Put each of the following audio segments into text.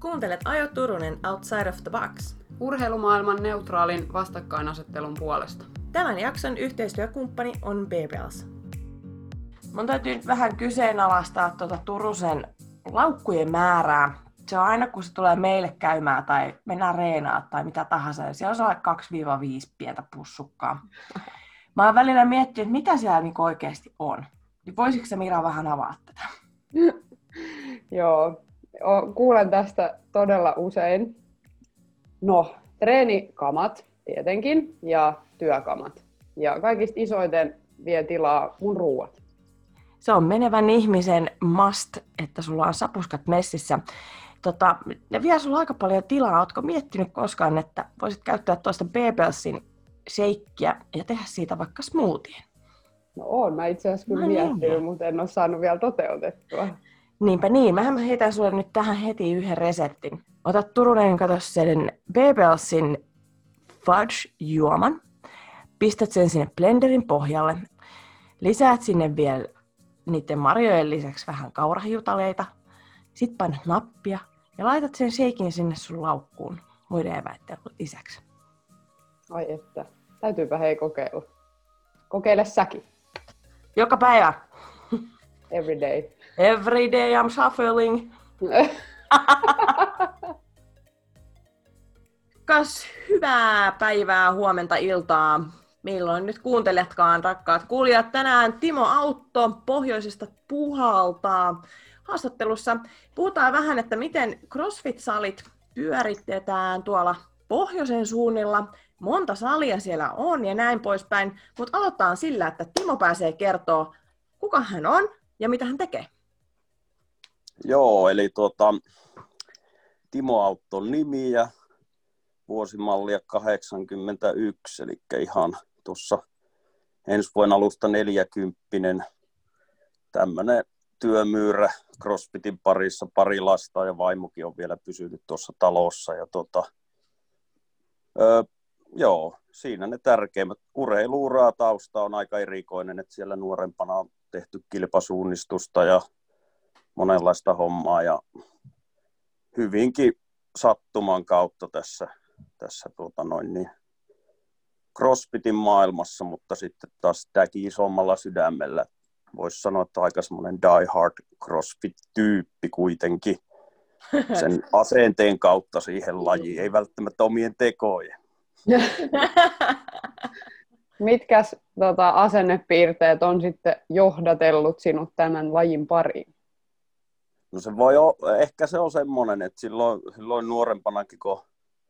Kuuntelet Ajo Turunen Outside of the Box. Urheilumaailman neutraalin vastakkainasettelun puolesta. Tämän jakson yhteistyökumppani on BBLS. Mun täytyy vähän kyseenalaistaa Turusen laukkujen määrää. Se on aina kun se tulee meille käymään tai mennään reenaa tai mitä tahansa, ja siellä on 2-5 pientä pussukkaa. Mä oon välillä miettinyt, että mitä siellä niin oikeasti on. Voisitko sä Mira vähän avaa tätä? Joo, kuulen tästä todella usein. No, treenikamat tietenkin ja työkamat. Ja kaikista isoiten vie tilaa mun ruuat. Se on menevän ihmisen must, että sulla on sapuskat messissä. Ja vie sulla aika paljon tilaa. Ootko miettinyt koskaan, että voisit käyttää tuosta BBLSin sheikkiä ja tehdä siitä vaikka smoothien? No oon, mä itse asiassa kyllä miettinyt, mutta en ole saanut vielä toteutettua. Niinpä niin, mähän heitän sulle nyt tähän heti yhden reseptin. Ota Turunen, kato sen BBLSin fudge-juoman. Pistät sen sinne blenderin pohjalle. Lisäät sinne vielä niiden marjojen lisäksi vähän kaurahiutaleita. Sitten painat nappia ja laitat sen shaken sinne sun laukkuun muiden eväiden lisäksi. Ai että, täytyypä hei kokeilla. Kokeile säkin. Joka päivä. Every day. Every day I'm shuffling. Kas hyvää päivää, huomenta, iltaa. Milloin nyt kuuntelijatkaan, rakkaat kuulijat. Tänään Timo Autto pohjoisesta puhaltaa haastattelussa. Puhutaan vähän, että miten CrossFit-salit pyöritetään tuolla pohjoisen suunnilla. Monta salia siellä on ja näin poispäin. Mutta aloitetaan sillä, että Timo pääsee kertoa, kuka hän on ja mitä hän tekee. Joo, eli Timo Autton nimi ja vuosimallia 81, eli ihan tuossa ensi vuoden alusta 40. Tämmöinen työmyyrä CrossFitin parissa, pari lasta ja vaimokin on vielä pysynyt tuossa talossa. Ja joo, siinä ne tärkeimmät. Urheiluuraa tausta on aika erikoinen, että siellä nuorempana on tehty kilpasuunnistusta ja monenlaista hommaa ja hyvinkin sattuman kautta tässä CrossFitin maailmassa, mutta sitten taas sitäkin isommalla sydämellä. Voisi sanoa, että aika semmoinen die hard CrossFit-tyyppi kuitenkin sen asenteen kautta siihen lajiin, ei välttämättä omien tekojen. Mitkäs asennepiirteet on sitten johdatellut sinut tämän lajin pariin? No ehkä se on semmoinen, että silloin nuorempanakin, kun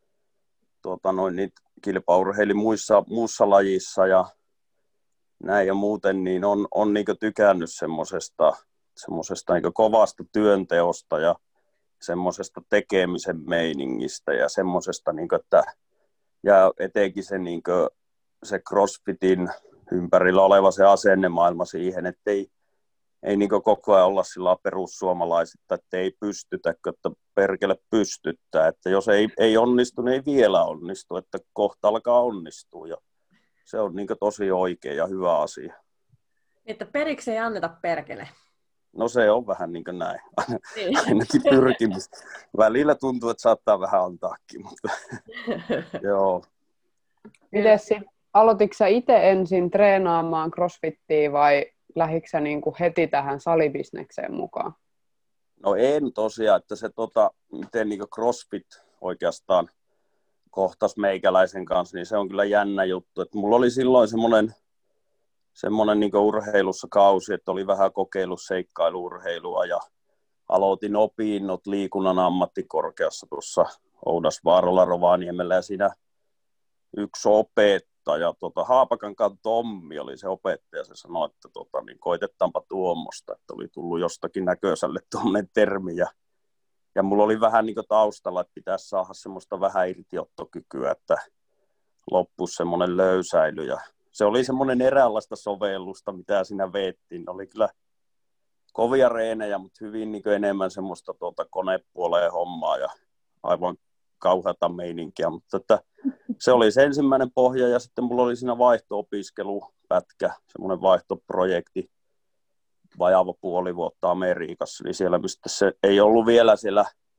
niitä kilpaurheili muussa lajissa ja näin ja muuten, niin on niinku tykännyt semmosesta niinku kovasta työnteosta ja semmosesta tekemisen meiningistä ja semmosesta, niinku, että ja etenkin se CrossFitin ympärillä oleva se asennemaailma siihen, että ei niinku koko ajan olla sillä perussuomalaisista, että ei pystytä, että perkele pystyttää. Että jos ei onnistu, niin ei vielä onnistu, että kohta alkaa onnistua. Ja se on niinku tosi oikea ja hyvä asia. Että periksi ei anneta perkele. No se on vähän niin kuin näin. Ainakin pyrkimys. Välillä tuntuu, että saattaa vähän antaakin, mutta joo. Mites aloititko sä itse ensin treenaamaan CrossFittiä vai lähdikö sä niinku heti tähän salibisnekseen mukaan? No en tosiaan, että se miten niinku CrossFit oikeastaan kohtasi meikäläisen kanssa, niin se on kyllä jännä juttu. Että mulla oli silloin semmoinen niinku urheilussa kausi, että oli vähän kokeillut seikkailu-urheilua ja aloitin opinnot liikunnan ammattikorkeassa tuossa Oudasvaaralla Rovaniemellä ja siinä yksi opettaja, Haapakankaan Tommi oli se opettaja, se sanoi, että niin koitetaanpa tuommoista, että oli tullut jostakin näköiselle tuommoinen termi ja mulla oli vähän niin kuin taustalla, että pitäisi saada semmoista vähän irtiottokykyä, että loppuisi semmoinen löysäily ja se oli semmoinen eräänlaista sovellusta, mitä siinä veettiin, oli kyllä kovia reenejä, mutta hyvin niin kuin enemmän semmoista konepuoleen hommaa ja aivan kauheata meininkiä, mutta että se oli se ensimmäinen pohja ja sitten mulla oli siinä vaihto-opiskelupätkä, semmoinen vaihtoprojekti vajaava puoli vuotta Amerikassa, eli siellä mistä se ei ollut vielä siellä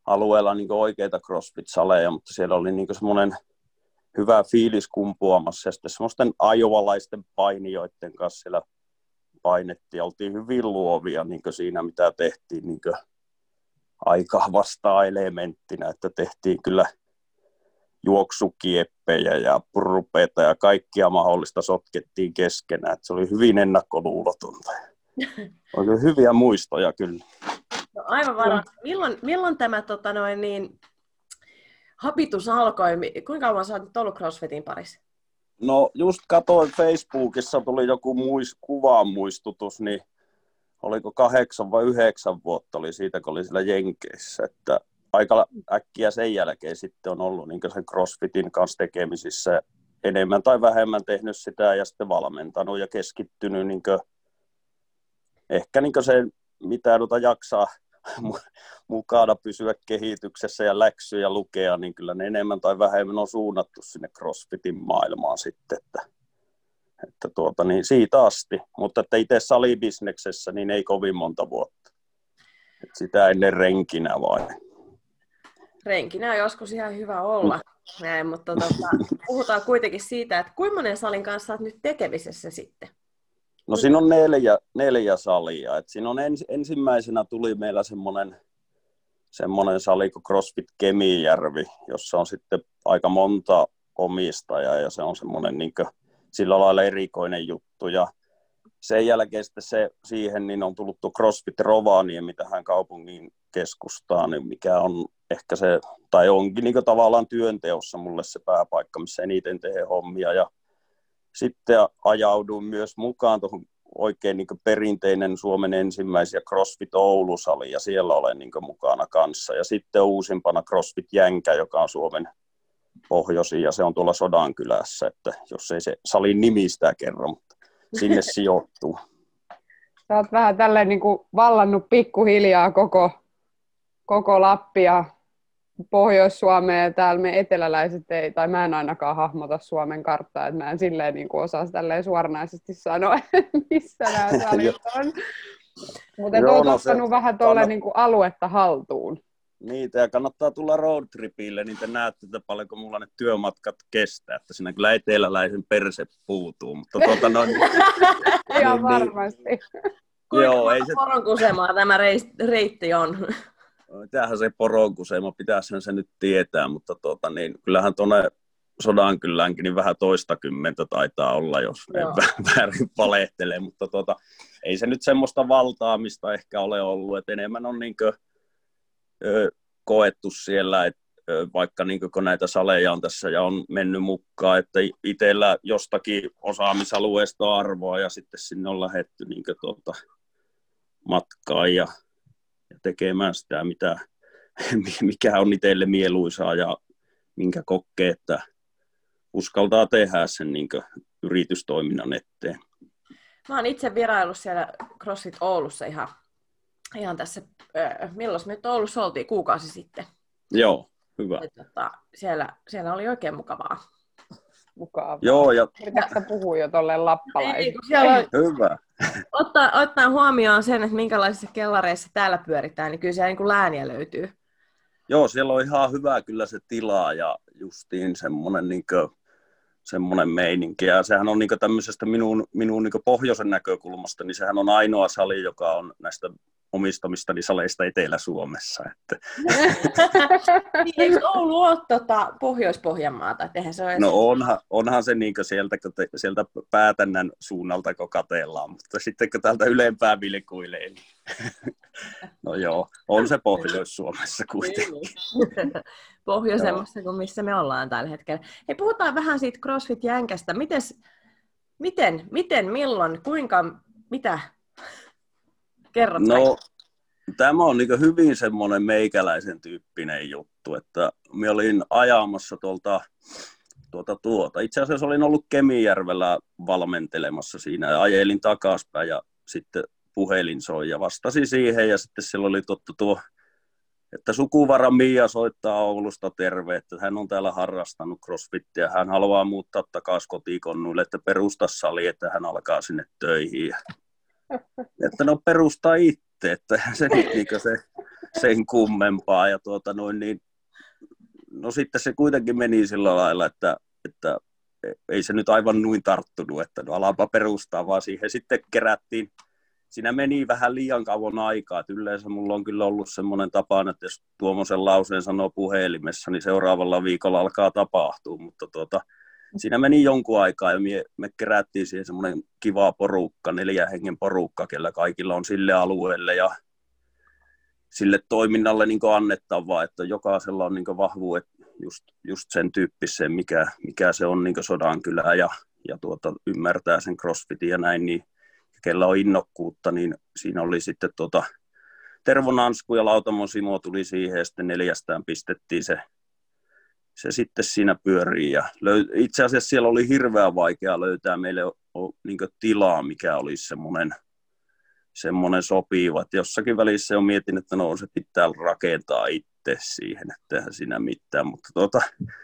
alueella niin oikeita CrossFit-saleja, mutta siellä oli niin semmoinen hyvä fiilis kumpuamassa ja sitten semmoisten ajovalaisten painijoiden kanssa siellä painettiin ja oltiin hyvin luovia niin siinä, mitä tehtiin niin aikaa vastaan elementtinä, että tehtiin kyllä juoksukieppejä ja purrupeita ja kaikkia mahdollista sotkettiin keskenään, että se oli hyvin ennakkoluulotonta. Oli hyviä muistoja kyllä. No, aivan varmasti. Milloin tämä hapitus alkoi? Kuinka kauan sä oot ollut CrossFitin parissa? No just katsoin Facebookissa, tuli joku kuvan muistutus, niin oliko 8 vai 9 vuotta oli siitä, kun oli siellä Jenkeissä. Että aika äkkiä sen jälkeen sitten on ollut niin sen CrossFitin kanssa tekemisissä enemmän tai vähemmän tehnyt sitä ja sitten valmentanut ja keskittynyt niin ehkä niin se, mitä jaksaa mukana pysyä kehityksessä ja läksyjä lukea, niin kyllä ne enemmän tai vähemmän on suunnattu sinne CrossFitin maailmaan sitten, että niin siitä asti, mutta että itse salibisneksessä niin ei kovin monta vuotta, että sitä ennen renkinä vain. Renkinä on joskus ihan hyvä olla, näin, mutta puhutaan kuitenkin siitä, että kuinka monen salin kanssa olet nyt tekemisessä sitten? No siinä on 4 salia. Et siinä on ensimmäisenä tuli meillä semmoinen sali kuin CrossFit Kemijärvi, jossa on sitten aika monta omistajaa ja se on semmoinen sillä lailla erikoinen juttu. Ja sen jälkeen sitten siihen niin on tullut tuo CrossFit Rovaniemi tähän kaupungin keskustaan, niin mikä on ehkä se, tai onkin tavallaan työnteossa mulle se pääpaikka, missä eniten tehdään hommia. Ja sitten ajauduin myös mukaan tuohon oikein perinteinen Suomen ensimmäisiä CrossFit Oulu-sali, ja siellä olen mukana kanssa. Ja sitten uusimpana CrossFit Jänkä, joka on Suomen pohjoisin, ja se on tuolla Sodankylässä, että jos ei se salin nimistä kerro, mutta sinne sijoittuu. Sä oot vähän tälleen vallannut pikkuhiljaa koko Lappia, Pohjois-Suomea, ja täällä me eteläläiset ei, tai mä en ainakaan hahmota Suomen karttaa, että mä en silleen osaa tälleen suoranaisesti sanoa, missä nämä salit on. Mutta oot ottanut vähän tuolle aluetta haltuun. Niitä, ja kannattaa tulla roadtripille, niin te näette, että paljonko mulla ne työmatkat kestää, että siinä kyllä eteläläisen perse puutuu, mutta ihan varmasti. Kuinka monta poronkusemaa tämä reitti on? Mitähän se poronkusema, pitäisihän se nyt tietää, mutta kyllähän tuonne Sodankyläänkin niin vähän toistakymmentä taitaa olla, jos en väärin valehtele, mutta ei se nyt semmoista valtaamista ehkä ole ollut, että enemmän on koettu siellä, että vaikka kun näitä saleja on tässä ja on mennyt mukaan, että itsellä jostakin osaamisalueesta on arvoa ja sitten sinne on lähdetty matkaan ja tekemään sitä, mikä on itselle mieluisaa ja minkä kokee, että uskaltaa tehdä sen yritystoiminnan eteen. Mä oon itse vieraillut siellä CrossFit Oulussa ihan tässä, milloin me nyt Oulussa oltiin, kuukausi sitten. Joo, hyvä. Siellä oli oikein mukavaa. Joo, ja yritätkö puhua jo tolleen lappalaisesti? Hyvä. Ottaa huomioon sen, että minkälaisissa kellareissa täällä pyöritään, niin kyllä siellä lääniä löytyy. Joo, siellä on ihan hyvä kyllä se tila ja justiin semmoinen meininki. Ja sehän on tämmöisestä minun pohjoisen näkökulmasta, niin sehän on ainoa sali, joka on näistä omistamistani saleista Etelä-Suomessa. Että. Eikö Oulu ole Pohjois-Pohjanmaata? Se ole... No onhan se sieltä Päätännän suunnalta, kun katellaan, mutta sitten kun täältä ylempää vilkuilee, niin no joo, on se Pohjois-Suomessa kuitenkin. Pohjoisemmassa kuin missä me ollaan tällä hetkellä. Hei, puhutaan vähän siitä CrossFit Jänkästä. Miten, milloin, kuinka, mitä? Kerrot. No, tämä on hyvin semmoinen meikäläisen tyyppinen juttu, että minä olin ajamassa tuolta. Itse asiassa olin ollut Kemijärvellä valmentelemassa siinä ja ajelin takaspäin ja sitten puhelin soi ja vastasin siihen ja sitten siellä oli että sukuvara Mia soittaa Oulusta terve, että hän on täällä harrastanut CrossFittiä, hän haluaa muuttaa takaisin kotikonnuille, että perusta sali, että hän alkaa sinne töihin. Että no perustaa itse, että se sen kummempaa. Ja no sitten se kuitenkin meni sillä lailla, että ei se nyt aivan noin tarttunut, että no alaanpa perustaa, vaan siihen sitten kerättiin. Siinä meni vähän liian kauan aikaa, että yleensä mulla on kyllä ollut semmoinen tapana, että jos tuommoisen lauseen sanoo puhelimessa, niin seuraavalla viikolla alkaa tapahtua, mutta siinä meni jonkun aikaa ja me kerättiin siihen semmoinen kiva porukka, 4 hengen porukka, kellä kaikilla on sille alueelle ja sille toiminnalle niin annettavaa, että jokaisella on niin vahvuudet just sen tyyppiseen, mikä se on niin Sodankylä ja ymmärtää sen crossfitin ja näin, niin kellä on innokkuutta, niin siinä oli sitten Tervo Nansku ja Lautamon Simo tuli siihen ja sitten 4 pistettiin se sitten siinä pyörii. Ja itse asiassa siellä oli hirveän vaikea löytää meille niin tilaa, mikä olisi semmoinen sopiva. Et jossakin välissä on mietin, että no se pitää rakentaa itse siihen, että eihän siinä mitään, mutta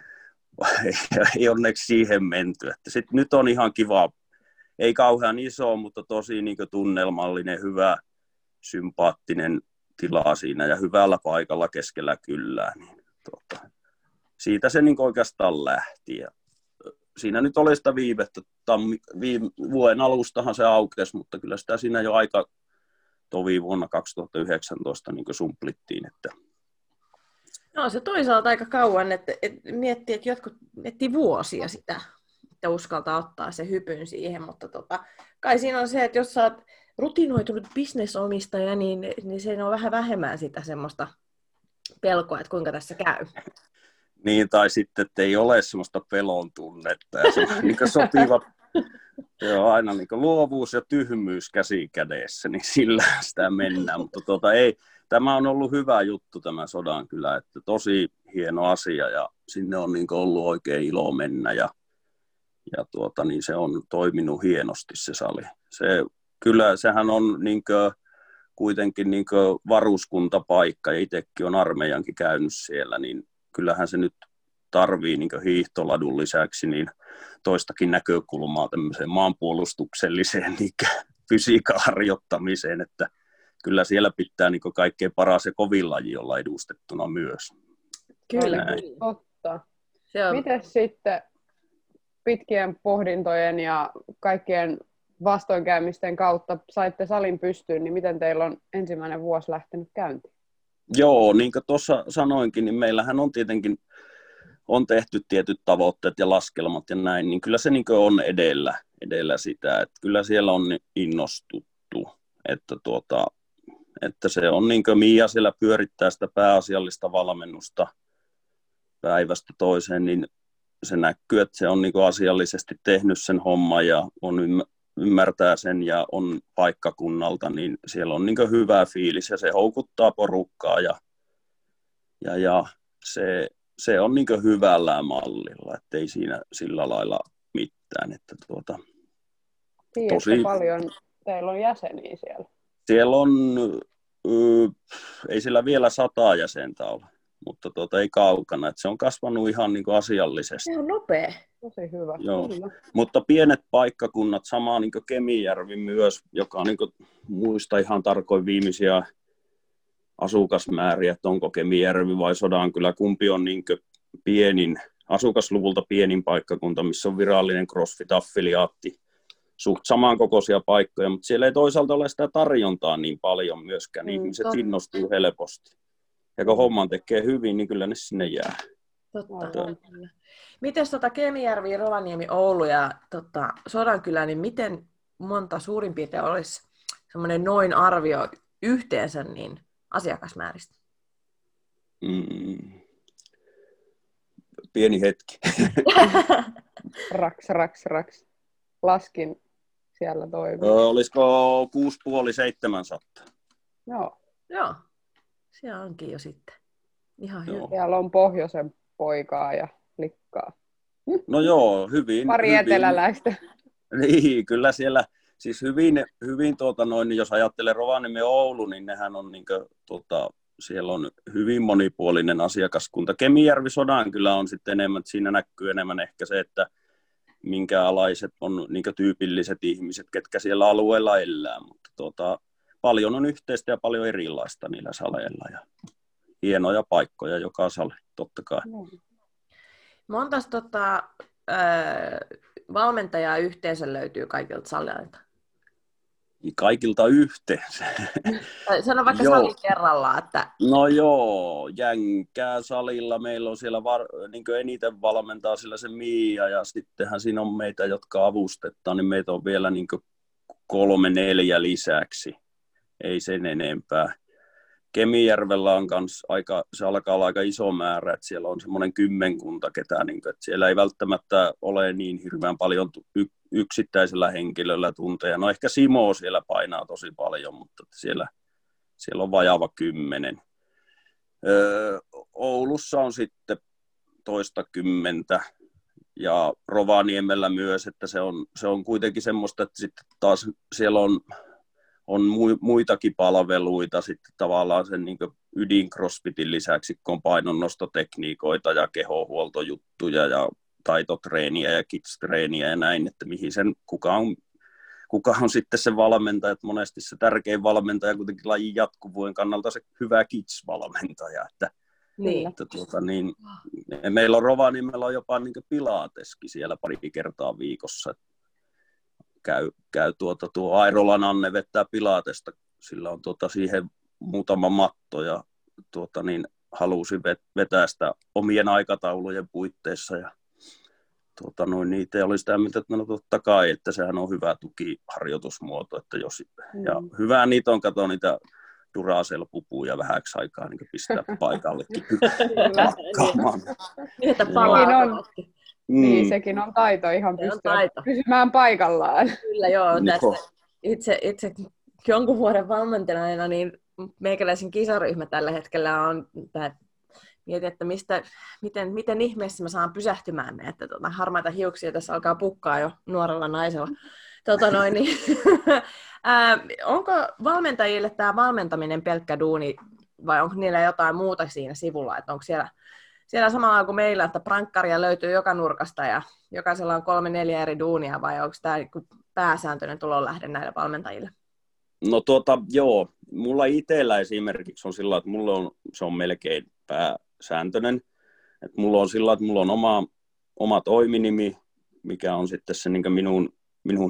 ei onneksi siihen menty. Sitten nyt on ihan kiva, ei kauhean iso, mutta tosi niin tunnelmallinen, hyvä, sympaattinen tila siinä ja hyvällä paikalla keskellä kylää. Niin, siitä se niin oikeastaan lähti. Ja siinä nyt oli sitä viivettä. Vuoden alustahan se aukesi, mutta kyllä sitä siinä jo aika tovi vuonna 2019 niin sumplittiin. Että No se toisaalta aika kauan, että miettii, että jotkut miettii vuosia sitä, että uskaltaa ottaa se hypyn siihen, mutta kai siinä on se, että jos sä oot rutinoitunut bisnesomistaja, niin se on vähän vähemmän sitä semmoista pelkoa, että kuinka tässä käy. Niin, tai sitten, että ei ole semmoista pelon tunnetta ja se niin sopiva aina niin luovuus ja tyhmyys käsi kädessä, niin sillä sitä mennään, mutta ei. Tämä on ollut hyvä juttu tämä Sodankylä, että tosi hieno asia ja sinne on niin ollut oikein ilo mennä ja niin se on toiminut hienosti se sali. Sehän on niin kuitenkin niin varuskuntapaikka ja itsekin on armeijankin käynyt siellä, niin kyllähän se nyt tarvii niin hiihtoladun lisäksi niin toistakin näkökulmaa tämmöiseen maanpuolustukselliseen niin fysiikan harjoittamiseen, että kyllä siellä pitää niin kaikkein paras ja kovin laji olla edustettuna myös. Kyllä. Totta. Miten sitten pitkien pohdintojen ja kaikkien vastoinkäymisten kautta saitte salin pystyyn, niin miten teillä on ensimmäinen vuosi lähtenyt käyntiin? Joo, niin kuin tuossa sanoinkin, niin meillähän on tietenkin tehty tietyt tavoitteet ja laskelmat ja näin, niin kyllä se niin on edellä sitä, että kyllä siellä on innostuttu, että se on niin kuin Mia siellä pyörittää sitä pääasiallista valmennusta päivästä toiseen, niin se näkyy, että se on niin kuin asiallisesti tehnyt sen homman ja ymmärtää sen ja on paikkakunnalta, niin siellä on niin kuin hyvä fiilis ja se houkuttaa porukkaa ja se on niin kuin hyvällä mallilla, ettei siinä sillä lailla mitään. Että tosi paljon teillä on jäseniä siellä? Siellä on, ei sillä vielä 100 jäsentä ole, mutta ei kaukana. Että se on kasvanut ihan niin kuin asiallisesti. Se on nopea. Tosi hyvä. Joo. Mutta pienet paikkakunnat, sama niin kuin Kemijärvi myös, joka on niin kuin, muista ihan tarkoin viimeisiä asukasmääriä, että onko Kemijärvi vai Sodankylä, kumpi on niin kuin pienin, asukasluvulta pienin paikkakunta, missä on virallinen CrossFit-affiliaatti, suht samankokoisia paikkoja, mutta siellä ei toisaalta ole sitä tarjontaa niin paljon myöskään, niin ihmiset innostuu helposti. Ja kun homman tekee hyvin, niin kyllä ne sinne jää. Totta. Miten Kemijärvi, Rovaniemi, Oulu ja Sodankylä, niin miten monta suurin piirtein olisi semmoinen noin arvio yhteensä niin asiakasmääristä? Pieni hetki. Raks. Laskin siellä toimii. Olisiko 650-700? Joo. Se onkin jo sitten. Ihan hyvä. Siellä on pohjoisen poikaa ja likkaa. No joo, hyvin. Pari eteläläistä. Niin, kyllä siellä, siis hyvin jos ajattelee Rovaniemi ja Oulu, niin nehän on siellä on hyvin monipuolinen asiakaskunta. Kemijärvi, Sodankylä on sitten enemmän, siinä näkyy enemmän ehkä se, että minkä alaiset on tyypilliset ihmiset, ketkä siellä alueella elää, mutta paljon on yhteistä ja paljon erilaista niillä saleilla ja hienoja paikkoja joka sali, totta kai. Montas valmentajaa yhteensä löytyy kaikilta saleilta? Kaikilta yhteensä. Sano vaikka sali kerrallaan. Että... No joo, Jänkää salilla meillä on siellä niin eniten valmentaa sillä se Miia ja sittenhän siinä on meitä, jotka avustetaan, niin meitä on vielä niin 3-4 lisäksi, ei sen enempää. Kemijärvellä on kans se alkaa olla aika iso määrä, että siellä on semmoinen 10 ketä, niin kuin, että siellä ei välttämättä ole niin hirveän paljon yksittäisellä henkilöllä tunteja. No ehkä Simo siellä painaa tosi paljon, mutta siellä on vajava 10. Oulussa on sitten toistakymmentä ja Rovaniemellä myös, että se on kuitenkin semmoista, että sitten taas siellä on muitakin palveluita sitten tavallaan sen niin ydin-crossfitin lisäksi, kun on painonnostotekniikoita ja kehohuoltojuttuja ja taitotreeniä ja kids-treeniä ja näin, että mihin sen, kuka on sitten se valmentaja, että monesti se tärkein valmentaja kuitenkin lajin jatkuvuuden kannalta se hyvä kids-valmentaja, että niin. Meillä on Rovaniemellä on jopa niin pilateskin siellä pari kertaa viikossa, käy tuo Airolan Anne vettää pilatesta, sillä on siihen muutama matto ja halusi vetää sitä omien aikataulujen puitteissa ja niitä oli sitä mieltä, että no totta kai, että sehän on hyvä tukiharjoitusmuoto, että ja hyvä niitä on, kato niitä Duracell-pupuja vähäksi aikaa niin pistää paikallekin lakkaamaan. Niin, että palaa. Niin, sekin on taito ihan pysymään paikallaan. Kyllä joo, tästä itse jonkun vuoden valmentajana, niin meikäläisen kisaryhmä tällä hetkellä on, mietin, että miten ihmeessä mä saan pysähtymään ne, että harmaita hiuksia tässä alkaa pukkaa jo nuorella naisella. Onko valmentajille tämä valmentaminen pelkkä duuni vai onko niillä jotain muuta siinä sivulla, että onko siellä samalla kuin meillä, että prankkaria löytyy joka nurkasta ja jokaisella on 3-4 eri duunia, vai onko tämä pääsääntöinen tulonlähde näille valmentajille? No joo, mulla itsellä esimerkiksi on sillä, että se on melkein pääsääntöinen, että mulla on sillä, että mulla on oma toiminimi, mikä on sitten se niin minun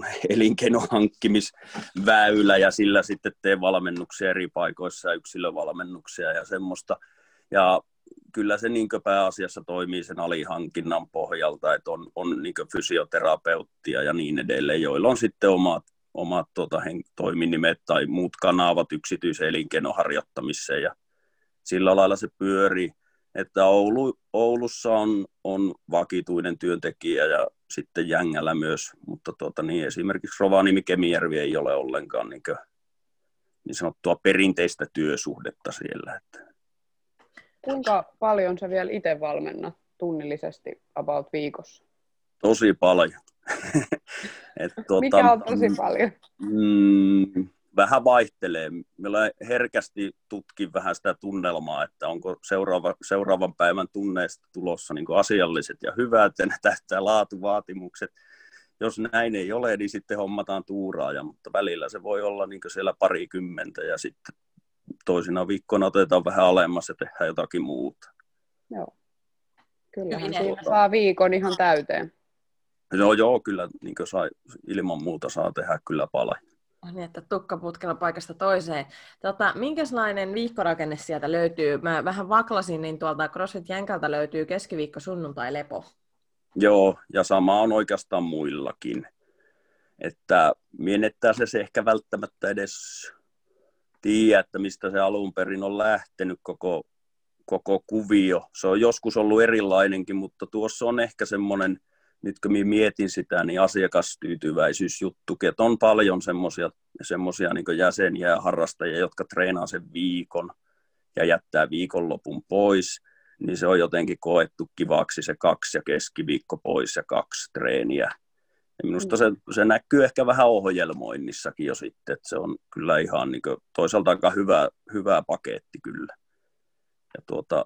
elinkeinohankkimisväylä ja sillä sitten teen valmennuksia eri paikoissa ja yksilövalmennuksia ja semmoista. Ja kyllä se niin pääasiassa toimii sen alihankinnan pohjalta, että on niin fysioterapeuttia ja niin edelleen, joilla on sitten omat toiminimet tai muut kanavat yksityisen elinkeinonharjoittamiseen ja sillä lailla se pyörii, että Oulussa on vakituinen työntekijä ja sitten Jängällä myös, mutta esimerkiksi Rovaniemi Kemijärvi ei ole ollenkaan niin sanottua perinteistä työsuhdetta siellä. Että. Kuinka paljon sä vielä itse valmennat tunnillisesti about viikossa? Tosi paljon. Mikä on tosi paljon? Vähän vaihtelee. Meillä herkästi tutkin vähän sitä tunnelmaa, että onko seuraavan päivän tunneista tulossa niin kuin asialliset ja hyvät ja ne täyttää laatuvaatimukset. Jos näin ei ole, niin sitten hommataan tuuraaja, mutta välillä se voi olla niin kuin siellä 20 ja sitten toisina viikkoina otetaan vähän alemmas ja tehdään jotakin muuta. Joo. Kyllähän siinä saa viikon ihan täyteen. No joo, kyllä niin ilman muuta saa tehdä kyllä paljon. Niin, että tukkaputkella paikasta toiseen. Minkälainen viikkorakenne sieltä löytyy? Mä vähän vaklasin, niin tuolta CrossFit Jänkältä löytyy keskiviikko, sunnuntai, lepo. Joo, ja sama on oikeastaan muillakin. Että mienettää se ehkä välttämättä edes tiedä, että mistä se alun perin on lähtenyt koko kuvio. Se on joskus ollut erilainenkin, mutta tuossa on ehkä semmoinen, nyt kun mietin sitä, niin asiakastyytyväisyysjuttukin, että on paljon semmoisia niin jäseniä ja harrastajia, jotka treenaa sen viikon ja jättää viikonlopun pois, niin se on jotenkin koettu kivaksi se 2 ja keskiviikko pois ja 2 treeniä. Ja minusta se näkyy ehkä vähän ohjelmoinnissakin jo sitten, että se on kyllä ihan niin toisaalta aika hyvä paketti kyllä. Ja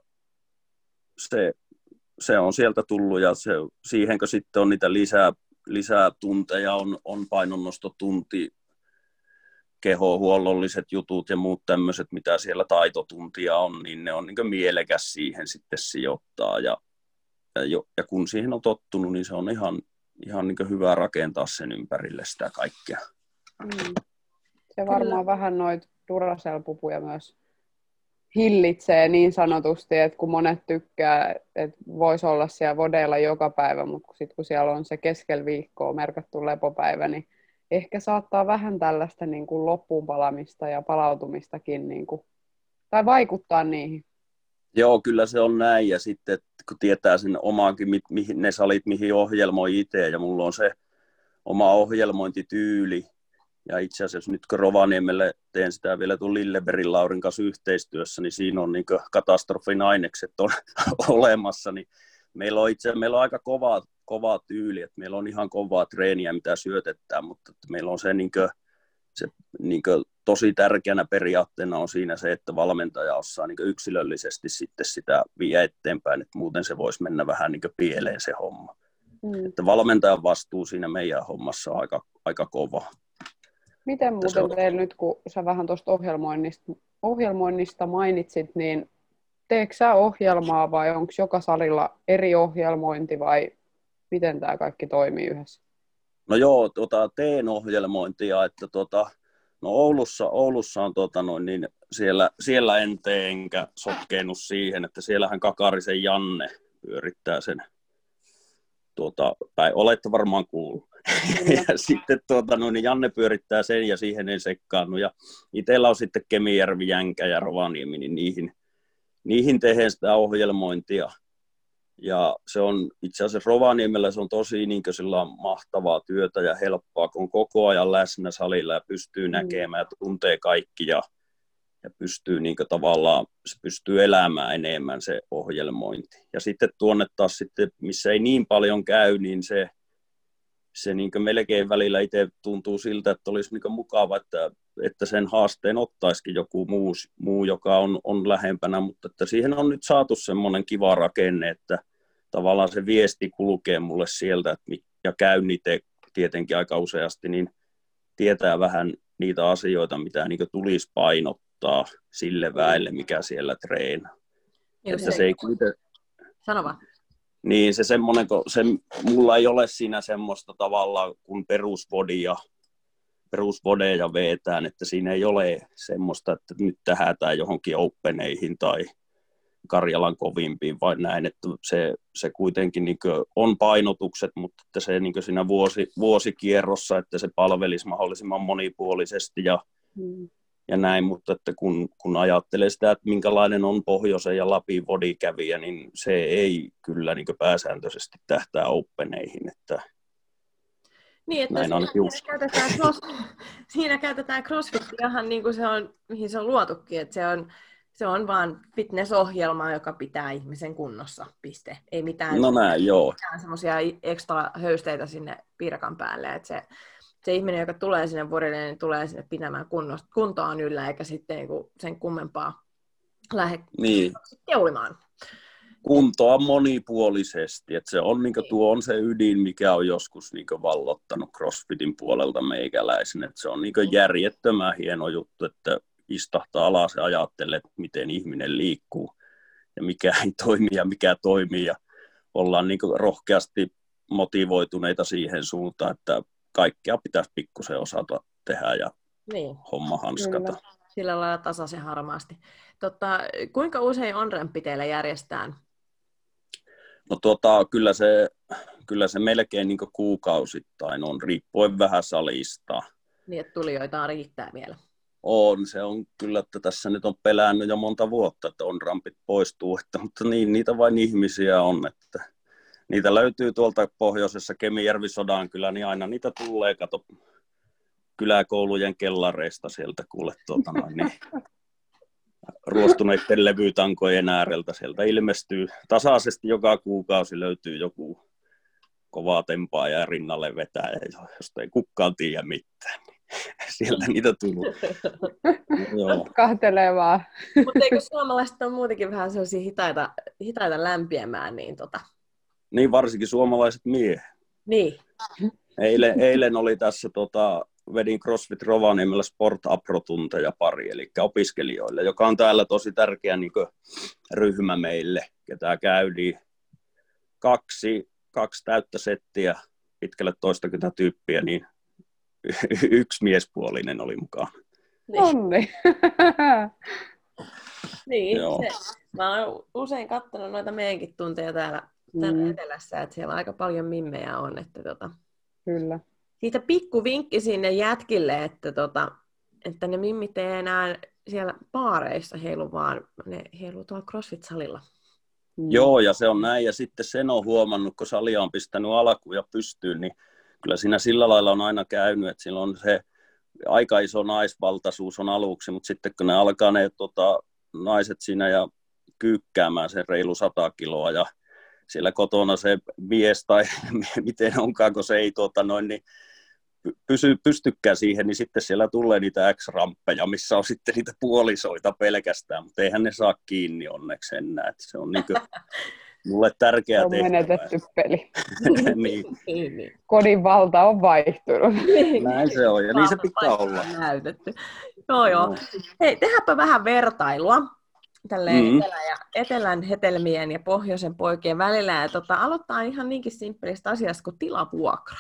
se on sieltä tullut ja siihenkö sitten on niitä lisää tunteja, on painonnostotunti kehohuollolliset jutut ja muut tämmöiset, mitä siellä taitotuntia on, niin ne on niin mielekäs siihen sitten sijoittaa. Ja kun siihen on tottunut, niin se on ihan niin hyvä rakentaa sen ympärille sitä kaikkea. Se varmaan vähän noita Duracell-pupuja myös hillitsee niin sanotusti, että kun monet tykkää, että voisi olla siellä vodeilla joka päivä, mutta sitten kun siellä on se keskellä viikkoa merkattu lepopäivä, niin ehkä saattaa vähän tällaista niin kuin loppuunpalamista ja palautumistakin, niin kuin, tai vaikuttaa niihin. Joo, kyllä se on näin, ja sitten kun tietää sen omaakin, ne salit, mihin ohjelmoi itse, ja mulla on se oma ohjelmointityyli, ja itse asiassa nyt kun Rovaniemelle teen sitä vielä tuon Lillebergin Laurin kanssa yhteistyössä, niin siinä on niin katastrofin ainekset on olemassa, niin meillä on aika kova tyyli, että meillä on ihan kovaa treeniä, mitä syötetään, mutta meillä on se tosi tärkeänä periaatteena on siinä se, että valmentaja osaa yksilöllisesti sitten sitä vie eteenpäin, että muuten se voisi mennä vähän pieleen se homma. Että valmentajan vastuu siinä meidän hommassa on aika kova. Miten muuten teillä nyt, kun sä vähän tuosta ohjelmoinnista mainitsit, niin teekö sä ohjelmaa vai onko joka salilla eri ohjelmointi vai miten tämä kaikki toimii yhdessä? No joo, teen ohjelmointia, että no Oulussa on niin siellä en tee enkä sotkeenut siihen, että siellähän Kakarisen Janne pyörittää sen olette varmaan kuullut. Ja sitten niin Janne pyörittää sen ja siihen ei sekkaannut. Ja itsellä on sitten Kemijärvi, Jänkä ja Rovaniemi, niin niihin tehdään sitä ohjelmointia. Ja se on itse asiassa Rovaniemellä se on tosi mahtavaa työtä ja helppoa, kun on koko ajan läsnä salilla ja pystyy näkemään ja tuntee kaikki ja pystyy tavallaan, se pystyy elämään enemmän se ohjelmointi. Ja sitten tuonne taas sitten, missä ei niin paljon käy, niin se melkein välillä itse tuntuu siltä, että olisi mukava, että sen haasteen ottaisikin joku muu joka on lähempänä, mutta että siihen on nyt saatu semmoinen kiva rakenne, että tavallaan se viesti kulkee mulle sieltä, ja käyn niitä tietenkin aika useasti, niin tietää vähän niitä asioita, mitä tulisi painottaa sille väelle, mikä siellä treenaa. Että se ei Sano vaan. Niin se semmoinen, mulla ei ole siinä semmoista tavallaan kuin perusvodeja vetään, että siinä ei ole semmoista, että nyt tähdätään johonkin openeihin tai Karjalan kovimpiin vai näin, että se kuitenkin on painotukset, mutta että se siinä vuosikierrossa, että se palvelisi mahdollisimman monipuolisesti ja näin, mutta että kun ajattelee sitä, että minkälainen on Pohjoisen ja Lapin vodikävijä, niin se ei kyllä pääsääntöisesti tähtää openeihin, että niin, että siinä käytetään CrossFit ihan niin kuin se on, mihin se on luotukin, että se on vaan fitnessohjelma, joka pitää ihmisen kunnossa, piste. Ei mitään, mitään semmoisia ekstra höysteitä sinne piirakan päälle, että se ihminen, joka tulee sinne vodille, niin tulee sinne pitämään kuntoaan yllä, eikä sitten sen kummempaa lähde keulimaan. Kuntoa monipuolisesti, että se on tuo on se ydin, mikä on joskus vallottanut CrossFitin puolelta meikäläisen, että se on järjettömän hieno juttu, että istahtaa alas ja ajattelee, että miten ihminen liikkuu ja mikä ei toimi ja mikä toimii ja ollaan rohkeasti motivoituneita siihen suuntaan, että kaikkea pitäisi pikkusen osata tehdä ja homma hanskata. Kyllä. Sillä lailla tasaisen harmaasti. Kuinka usein on-rämppi teillä järjestetään? No kyllä se melkein kuukausittain on, riippuen vähän salista. Niin, että tulijoita riittää vielä. Se on kyllä, että tässä nyt on pelännyt jo monta vuotta, että on-rampit poistuu, mutta niin, niitä vain ihmisiä on, että niitä löytyy tuolta pohjoisessa Kemijärvi-Sodan kyllä, niin aina niitä tulee, kato, kyläkoulujen kellareista sieltä kuule niin ruostuneiden levytankojen ääreltä sieltä ilmestyy. Tasaisesti joka kuukausi löytyy joku kovaa tempaa ja rinnalle vetää, josta ei kukaan tiedä mitään. Sieltä niitä tulee. Kahtelee vaan. Mutta eikö suomalaiset on muutenkin vähän sellaisia hitaita lämpiämään? Niin varsinkin suomalaiset miehet. Niin. Eilen oli tässä vedin CrossFit Rovaniemellä Sport Apro-tunteja pari, eli opiskelijoille, joka on täällä tosi tärkeä niin kuin ryhmä meille, ketä käytiin kaksi täyttä settiä pitkälle 20 tyyppiä, niin yksi miespuolinen oli mukaan. Onni. Niin, Joo. mä oon usein katsonut noita meidänkin tunteja täällä etelässä, että siellä aika paljon mimmejä on. Että Kyllä. siitä pikku vinkki sinne jätkille, että ne mimmit ei enää siellä baareissa heilu, vaan ne heiluu tuolla CrossFit-salilla. Joo, ja se on näin, ja sitten sen on huomannut, kun salia on pistänyt alkuun ja pystyyn, niin kyllä siinä sillä lailla on aina käynyt, että sillä on se aika iso naisvaltaisuus on aluksi, mutta sitten kun ne alkaa ne naiset siinä ja kyykkäämään sen reilu 100 kiloa, ja siellä kotona se mies tai miten onkaan, kun se ei niin pystykään siihen, niin sitten siellä tulee niitä X-ramppeja, missä on sitten niitä puolisoita pelkästään, mutta eihän ne saa kiinni onneksi enää. Että se on mulle tärkeä tehtävä. Se on menetetty peli. niin. Kodin valta on vaihtunut. Näin se on, ja niin se pitää olla. Näytetty. Joo. Hei, tehdäänpä vähän vertailua tälleen etelän hetelmien ja pohjoisen poikien välillä. Ja aloittaa ihan niinkin simppelistä asiasta kuin tilavuokra.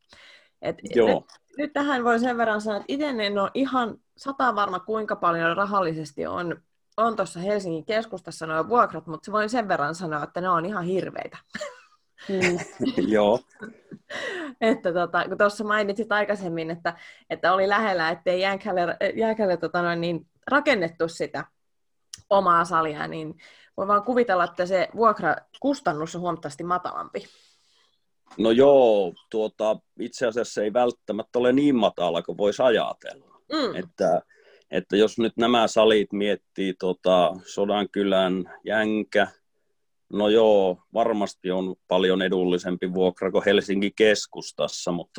Nyt tähän voi sen verran sanoa, että itse en ole ihan 100 varma, kuinka paljon rahallisesti on tuossa Helsingin keskustassa nuo vuokrat, mutta voin sen verran sanoa, että ne on ihan hirveitä. Joo. Että kun tuossa mainitsit aikaisemmin, että oli lähellä, ettei jääkälle rakennettu sitä omaa salia, niin voi vaan kuvitella, että se vuokrakustannus on huomattavasti matalampi. No joo, itse asiassa ei välttämättä ole niin matala kuin voisi ajatella. Että jos nyt nämä salit miettii Sodankylän, Jänkä, no joo, varmasti on paljon edullisempi vuokra kuin Helsingin keskustassa, mutta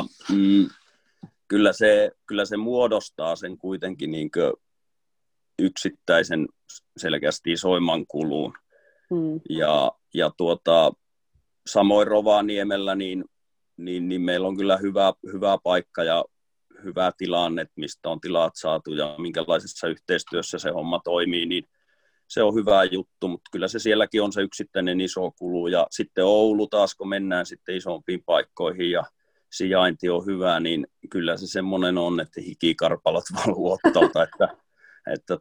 kyllä se muodostaa sen kuitenkin niin kuin yksittäisen selkeästi isoimman kuluun. Ja samoin Rovaniemellä, niin meillä on kyllä hyvä paikka ja hyvä tilanne, mistä on tilat saatu ja minkälaisessa yhteistyössä se homma toimii, niin se on hyvä juttu, mutta kyllä se sielläkin on se yksittäinen iso kulu. Ja sitten Oulu taas, kun mennään sitten isompiin paikkoihin ja sijainti on hyvä, niin kyllä se semmoinen on, että hikikarpalot valuu ottalta, että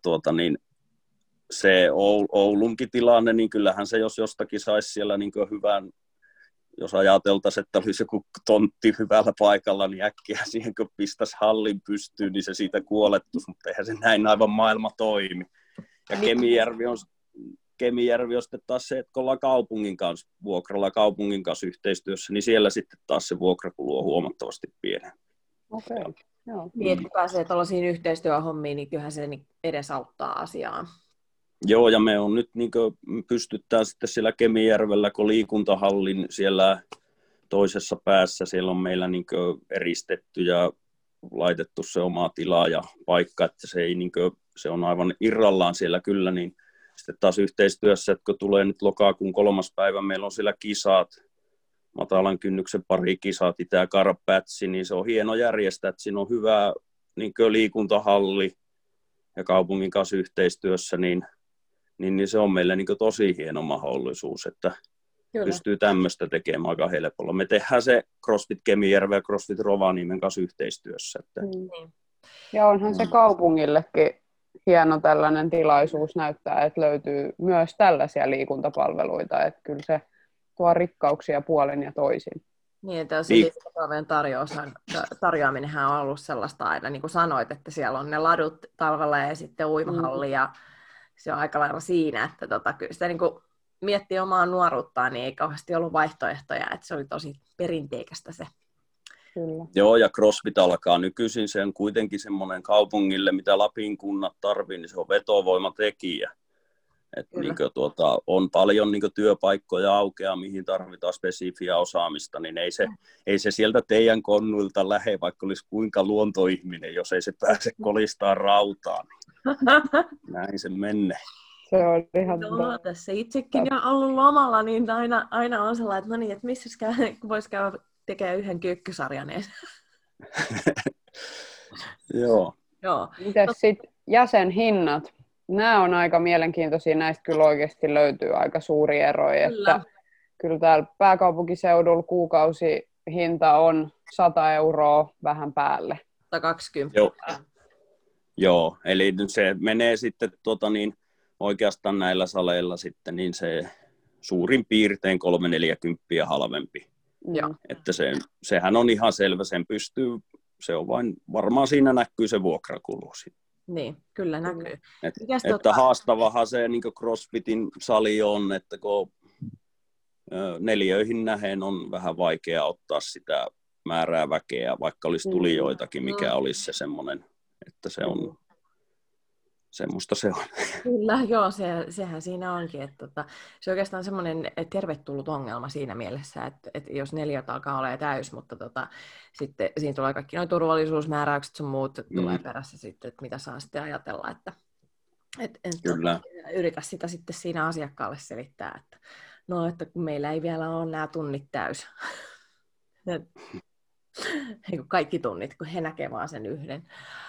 se Oulunkin tilanne, niin kyllähän se jos jostakin saisi siellä niin hyvän, jos ajateltaisiin, että olisi joku tontti hyvällä paikalla, niin äkkiä siihen kun pistäisi hallin pystyyn, niin se siitä kuolettuisi, mutta eihän se näin aivan maailma toimi. Ja Kemijärvi on sitten taas se, että kun ollaan vuokralla kaupungin kanssa yhteistyössä, niin siellä sitten taas se vuokrakulu on huomattavasti pienempi. Okei, joo. Niin, että kun pääsee tuollaisiin yhteistyöhommiin, niin kyllähän se edesauttaa asiaa. Joo, ja me on nyt pystytään sitten siellä Kemijärvellä, kun liikuntahallin siellä toisessa päässä, siellä on meillä eristetty ja laitettu se oma tila ja paikka, että se on aivan irrallaan siellä kyllä, niin sitten taas yhteistyössä, että kun tulee nyt lokakuun 3. päivä, meillä on siellä kisat, matalan kynnyksen pari kisat, Itä- ja Karpatsi, niin se on hieno järjestää, että siinä on hyvä liikuntahalli ja kaupungin kanssa yhteistyössä, niin se on meille tosi hieno mahdollisuus, että kyllä pystyy tämmöistä tekemään aika helpolla. Me tehdään se CrossFit Kemijärven ja CrossFit Rovaniemen kanssa yhteistyössä. Että. Ja onhan se kaupungillekin hieno tällainen tilaisuus näyttää, että löytyy myös tällaisia liikuntapalveluita, että kyllä se tuo rikkauksia puolin ja toisin. Niin, että Silipalvelujen tarjoaminenhan on ollut sellaista aina, niin kuin sanoit, että siellä on ne ladut talvella ja sitten uimahalli ja se on aika lailla siinä, että kyllä sitä niin kuin miettii omaa nuoruuttaan, niin ei kauheasti ollut vaihtoehtoja, että se oli tosi perinteikästä se. Kyllä. Joo, ja CrossFit alkaa nykyisin, se on kuitenkin semmoinen kaupungille, mitä Lapin kunnat tarvii, niin se on vetovoimatekijä. Että on paljon työpaikkoja aukeaa, mihin tarvitaan spesifiä osaamista, niin ei se sieltä teidän konnuilta lähde, vaikka olisi kuinka luontoihminen, jos ei se pääse kolistaa rautaan. Näin se menee. Se on ihan tässä itsekin jo ollut lomalla, niin aina on sellainen, että no niin, että missä voisi käydä tekemään yhden kyykkysarjan. Joo. Joo. Mites sitten jäsenhinnat? Nämä on aika mielenkiintoisia, näistä kyllä oikeasti löytyy aika suuri eroja, Kyllä. että kyllä täällä pääkaupunkiseudulla kuukausihinta on 100 euroa vähän päälle. 120. Joo. Joo, eli se menee sitten oikeastaan näillä saleilla sitten niin se suurin piirtein 340 halvempi. Joo. Että sehän on ihan selvä, sen pystyy, se on vain, varmaan siinä näkyy se vuokrakulu. Niin, kyllä näkyy. Että haastavahan se niin CrossFitin sali on, että kun neliöihin nähen on vähän vaikea ottaa sitä määrää väkeä, vaikka olisi tulijoitakin, mikä olisi se semmoinen, että se on semmoista se on. Kyllä, joo, sehän siinä onkin. Että se on oikeastaan semmoinen tervetullut ongelma siinä mielessä, että jos neliöt alkaa olla täys, mutta sitten siinä tulee kaikki nuo turvallisuusmääräykset sun muut tulee perässä sitten, että mitä saa sitten ajatella, että yritä sitä sitten siinä asiakkaalle selittää, että no, että kun meillä ei vielä ole nämä tunnit täys. Kaikki tunnit, kun he näkevät vaan sen yhden.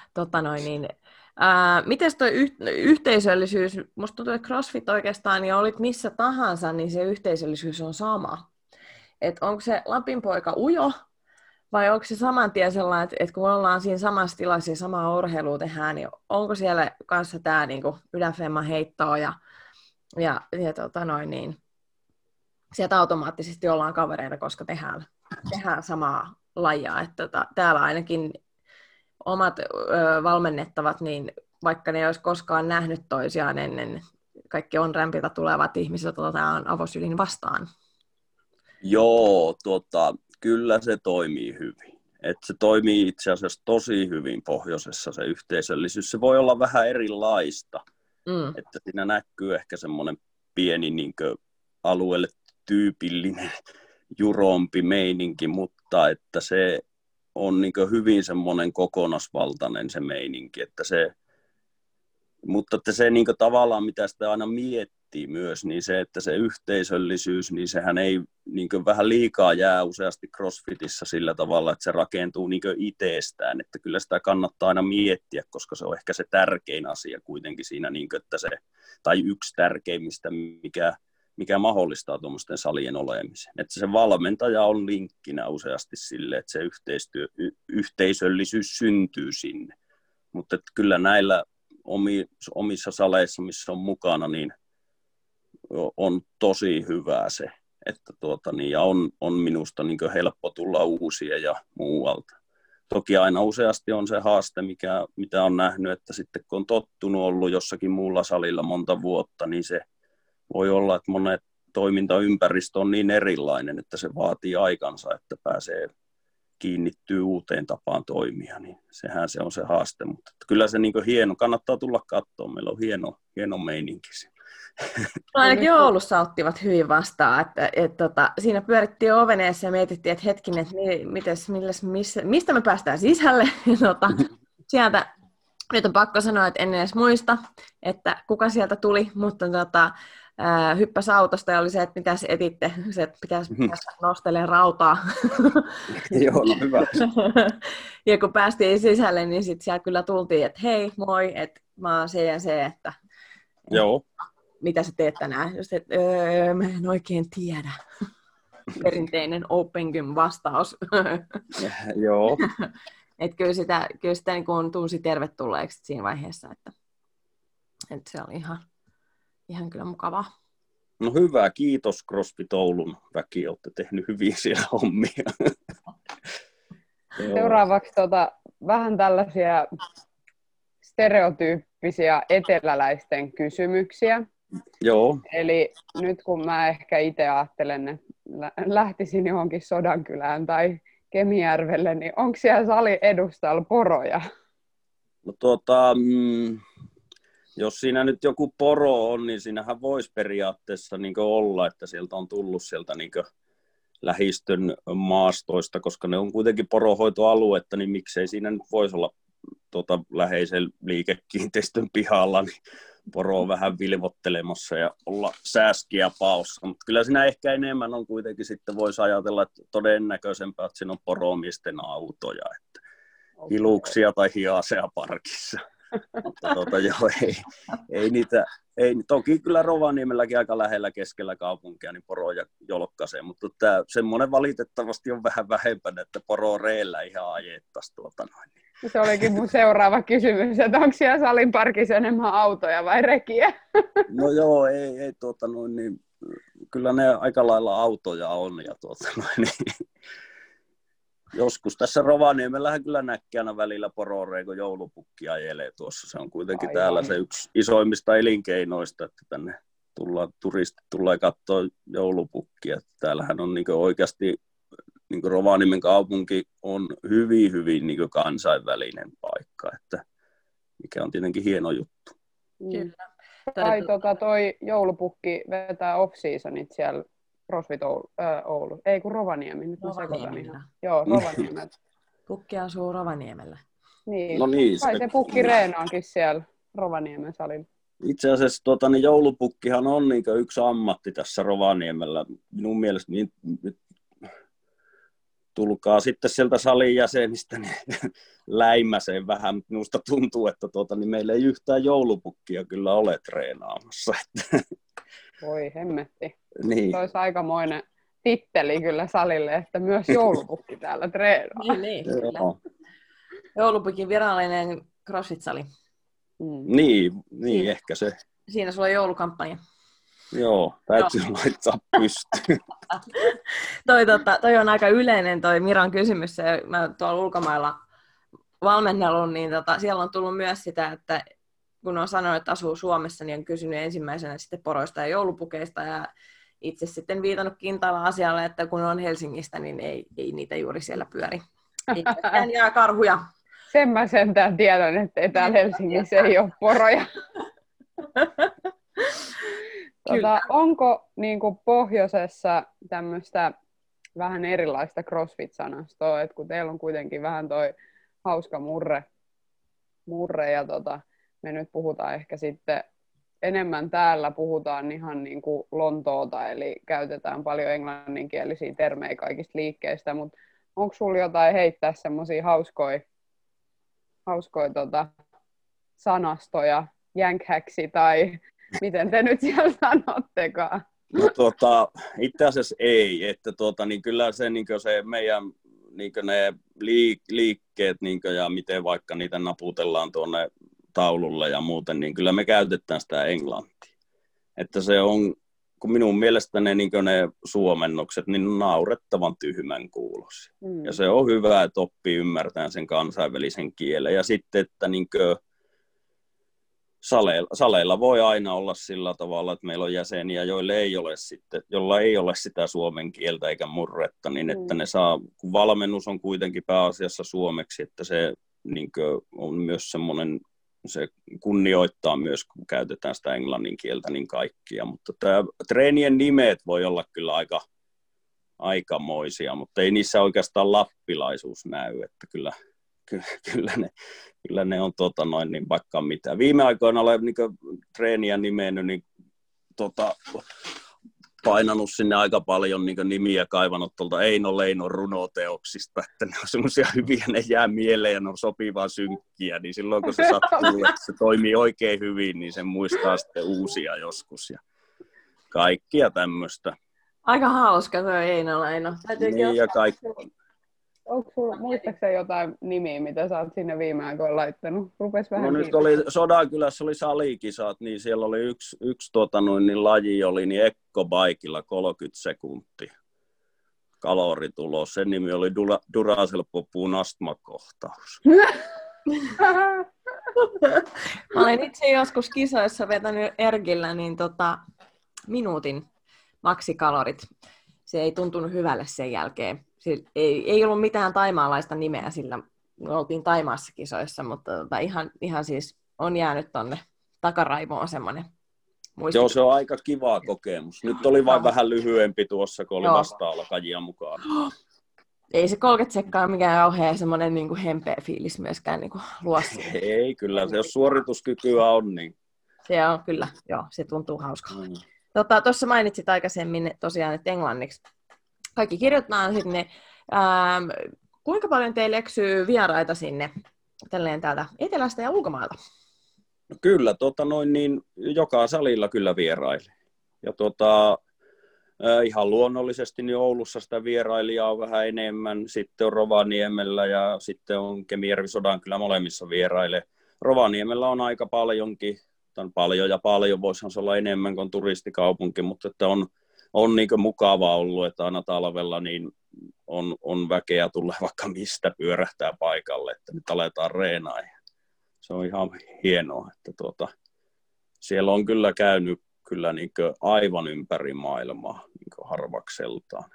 Miten tuo yhteisöllisyys, musta tuntuu, että CrossFit oikeastaan, niin olit missä tahansa, niin se yhteisöllisyys on sama. Et onko se Lapinpoika ujo, vai onko se saman tien sellainen, että kun ollaan siinä samassa tilassa ja samaa urheilua tehdään, niin onko siellä kanssa tämä niinku yläfemma heittoa niin sieltä automaattisesti ollaan kavereita, koska tehdään samaa lajia. Että täällä ainakin omat valmennettavat, niin vaikka ne ei olisi koskaan nähnyt toisiaan ennen, kaikki on rämpiltä tulevat ihmiset otetaan avosylin vastaan. Joo, kyllä se toimii hyvin. Se toimii itse asiassa tosi hyvin pohjoisessa se yhteisöllisyys. Se voi olla vähän erilaista, että siinä näkyy ehkä semmoinen pieni alueelle tyypillinen jurompi meininki, mutta että se on hyvin semmoinen kokonaisvaltainen se meininki, mutta että se tavallaan mitä sitä aina miettii myös, niin se, että se yhteisöllisyys, niin sehän ei vähän liikaa jää useasti CrossFitissä sillä tavalla, että se rakentuu itsestään, että kyllä sitä kannattaa aina miettiä, koska se on ehkä se tärkein asia kuitenkin siinä, että tai yksi tärkeimmistä, mikä mahdollistaa tuommoisten salien olemisen. Että se valmentaja on linkkinä useasti sille, että se yhteisöllisyys syntyy sinne. Mutta kyllä näillä omissa saleissa, missä on mukana, niin on tosi hyvää se. Että ja on minusta helppo tulla uusia ja muualta. Toki aina useasti on se haaste, mitä on nähnyt, että sitten kun on tottunut ollut jossakin muulla salilla monta vuotta, niin se voi olla, että monet toimintaympäristö on niin erilainen, että se vaatii aikansa, että pääsee kiinnittyy uuteen tapaan toimia, niin sehän se on se haaste. Mutta kyllä se hieno, kannattaa tulla katsomaan, meillä on hieno meininki. Ainakin Oulussa ottivat hyvin vastaan, että siinä pyörittiin oveneessa ja mietittiin, että hetkinen, että mistä me päästään sisälle. Sieltä, nyt on pakko sanoa, että en edes muista, että kuka sieltä tuli, mutta hyppäsi autosta ja oli se, että mitäs etitte, se, että pitäisi nostelemaan rautaa. Joo, no hyvä. Ja kun päästiin sisälle, niin sitten sieltä kyllä tultiin, että hei, moi, että mä oon se ja se, että joo. Mitä sä teet tänään? Just, että mä en oikein tiedä. Perinteinen Open Gym vastaus. Joo. Että kyllä sitä niin kuin tunsi tervetulleeksi siinä vaiheessa, että se oli ihan kyllä mukavaa. No hyvä, kiitos CrossFit Oulun väki, olette tehnyt hyvin siellä hommia. Seuraavaksi vähän tällaisia stereotyyppisiä eteläläisten kysymyksiä. Joo. Eli nyt kun mä ehkä itse ajattelen, että lähtisin johonkin Sodankylään tai Kemijärvelle, niin onko siellä salin edustalla poroja? No jos siinä nyt joku poro on, niin siinähän voisi periaatteessa olla, että sieltä on tullut sieltä lähistön maastoista, koska ne on kuitenkin poronhoitoaluetta, niin miksei siinä nyt voisi olla läheisen liikekiinteistön pihalla, niin poro on vähän vilvottelemassa ja olla sääskiä paossa. Mutta kyllä siinä ehkä enemmän on kuitenkin sitten voisi ajatella, että todennäköisempää, että siinä on poromiesten autoja. hiluksia tai hiasea parkissa. Mutta joo, ei niitä, toki kyllä Rovaniemelläkin aika lähellä keskellä kaupunkia, niin poroja jolkkasee, mutta semmoinen valitettavasti on vähän vähempänä, että pororeellä ihan ajettaisiin Se olikin mun seuraava kysymys, että onko siellä salin parkissa enemmän autoja vai rekiä? No joo, ei niin, kyllä ne aika lailla autoja on ja niin. Joskus tässä Rovaniemellähän kyllä näkee aina välillä pororeja, kun joulupukki ajelee tuossa. Se on kuitenkin täällä se yksi isoimmista elinkeinoista, että tänne turistit tulee katsoa joulupukkia. Täällähän on niin oikeasti, niin Rovaniemen kaupunki on hyvin, hyvin niin kansainvälinen paikka, että mikä on tietenkin hieno juttu. Kyllä. Tai toi joulupukki vetää off-seasonit siellä CrossFit Oulu. Ei kun Rovaniemi. Nyt mä sekoitan ihan. Joo, Rovaniemellä. Pukki asuu Rovaniemellä. Niin. No niin, kai se pukki reenaakin siellä Rovaniemen salilla. Itse asiassa niin joulupukkihan on niin yksi ammatti tässä Rovaniemellä. Minun mielestä niin, tulkaa sitten sieltä salin jäsenistä niin läimäseen vähän, mutta minusta tuntuu, että niin meillä ei yhtään joulupukkia kyllä ole treenaamassa. Voi hemmetti. Niin. Se olisi aikamoinen titteli kyllä salille, että myös joulupukki täällä treenaa. Niin, kyllä. Joulupukin virallinen CrossFit-sali. Niin ehkä se. Siinä sulla on joulukampanja. Joo, täytyy laittaa pystyyn. Toi on aika yleinen toi Miran kysymys. Mä tuolla ulkomailla valmennellut, niin siellä on tullut myös sitä, että kun on sanonut, että asuu Suomessa, niin on kysynyt ensimmäisenä sitten poroista ja joulupukeista. Ja itse sitten viitannut kintaalla asialle, että kun on Helsingistä, niin ei niitä juuri siellä pyöri. Ei jää karhuja. Sen mä sentään tiedän, että täällä Helsingissä ei ole poroja. Onko niin kuin pohjoisessa tämmöistä vähän erilaista CrossFit-sanastoa, että kun teillä on kuitenkin vähän toi hauska murre ja me nyt puhutaan ehkä sitten enemmän täällä puhutaan ihan niin kuin Lontoota, eli käytetään paljon englanninkielisiä termejä kaikista liikkeistä, mutta onko sulla jotain heittää semmoisia hauskoja sanastoja, jänkhäksi tai miten te nyt siellä sanottekaan? No itse asiassa ei, että niin kyllä se meidän ne liikkeet ja miten vaikka niitä naputellaan tuonne taululle ja muuten, niin kyllä me käytetään sitä englantia. Että se on, kun minun mielestä ne suomennokset, niin naurettavan tyhmän kuulosia. Ja se on hyvä, että oppii ymmärtämään sen kansainvälisen kielen. Ja sitten, että saleilla voi aina olla sillä tavalla, että meillä on jäseniä, joilla ei ole sitä suomen kieltä eikä murretta, niin että ne saa, kun valmennus on kuitenkin pääasiassa suomeksi, että se on myös semmoinen, se kunnioittaa myös, kun käytetään sitä englannin kieltä, niin kaikkia. Mutta tämä treenien nimet voi olla kyllä aikamoisia, mutta ei niissä oikeastaan lappilaisuus näy, että kyllä ne on niin vaikka mitä. Viime aikoina olen treeniä nimennyt, niin painanut sinne aika paljon nimiä, kaivannut tuolta Eino Leinon runoteoksista, että ne on semmoisia hyviä, ne jää mieleen ja ne on sopivaa synkkiä, niin silloin kun se sattuu, että se toimii oikein hyvin, niin sen muistaa sitten uusia joskus ja kaikkia tämmöistä. Aika hauska tuo Eino Leino. Niin ja kaikki. Onko sulla muistaakseni jotain nimiä, mitä sä oot sinne viime aikoina laittanut? Rupes vähän nyt oli Sodankylässä oli salikisat, niin siellä oli yksi laji oli niin Ekkobaikilla 30 sekuntia kaloritulos. Sen nimi oli Duracell-popuun astmakohtaus. Mä olen itse joskus kisoissa vetänyt ergillä niin minuutin maksikalorit. Se ei tuntunut hyvälle sen jälkeen. Ei ollut mitään taimaalaista nimeä, sillä me oltiin Taimaassa kisoissa, mutta ihan siis on jäänyt tonne takaraivoon semmoinen muistikuva. Joo, se on aika kiva kokemus. Nyt oli vain vähän lyhyempi tuossa, kun oli vasta-alkajia mukaan. Ei se 30 sekkaa mikään kauhean semmoinen niin kuin hempeä fiilis myöskään niin kuin luo siihen. Ei, kyllä se, jos suorituskykyä on, niin... Se on kyllä, joo, se tuntuu hauskalta. Tuossa mainitsit aikaisemmin tosiaan, että englanniksi kaikki kirjoitetaan sinne. Kuinka paljon teille eksyy vieraita sinne tälleen täältä etelästä ja ulkomailta? No kyllä, niin joka salilla kyllä vieraili. Ja ihan luonnollisesti niin Oulussa sitä vierailijaa on vähän enemmän, sitten on Rovaniemellä ja sitten on Kemijärvi Sodankylä molemmissa vieraille. Rovaniemellä on aika paljonkin, paljon ja paljon, voisihan se olla enemmän kuin turistikaupunki, mutta että on niin mukavaa ollut, että aina talvella niin on väkeä tulla vaikka mistä pyörähtää paikalle, että nyt aletaan reenaa. Se on ihan hienoa, että siellä on kyllä käynyt kyllä niin aivan ympäri maailmaa niin harvakseltaan.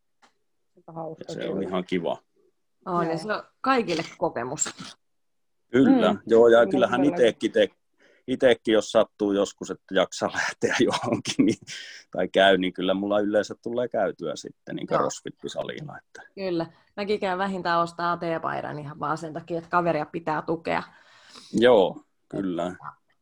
Se on ihan kiva. On, ja se on kaikille kokemus. Kyllä, joo, ja kyllähän itsekin, jos sattuu joskus, että jaksaa lähteä johonkin tai käy, niin kyllä mulla yleensä tulee käytyä sitten niin CrossFit-salilla. Kyllä, mäkin käyn vähintään ostaa T-paidan ihan vaan sen takia, että kaveria pitää tukea. Joo, kyllä.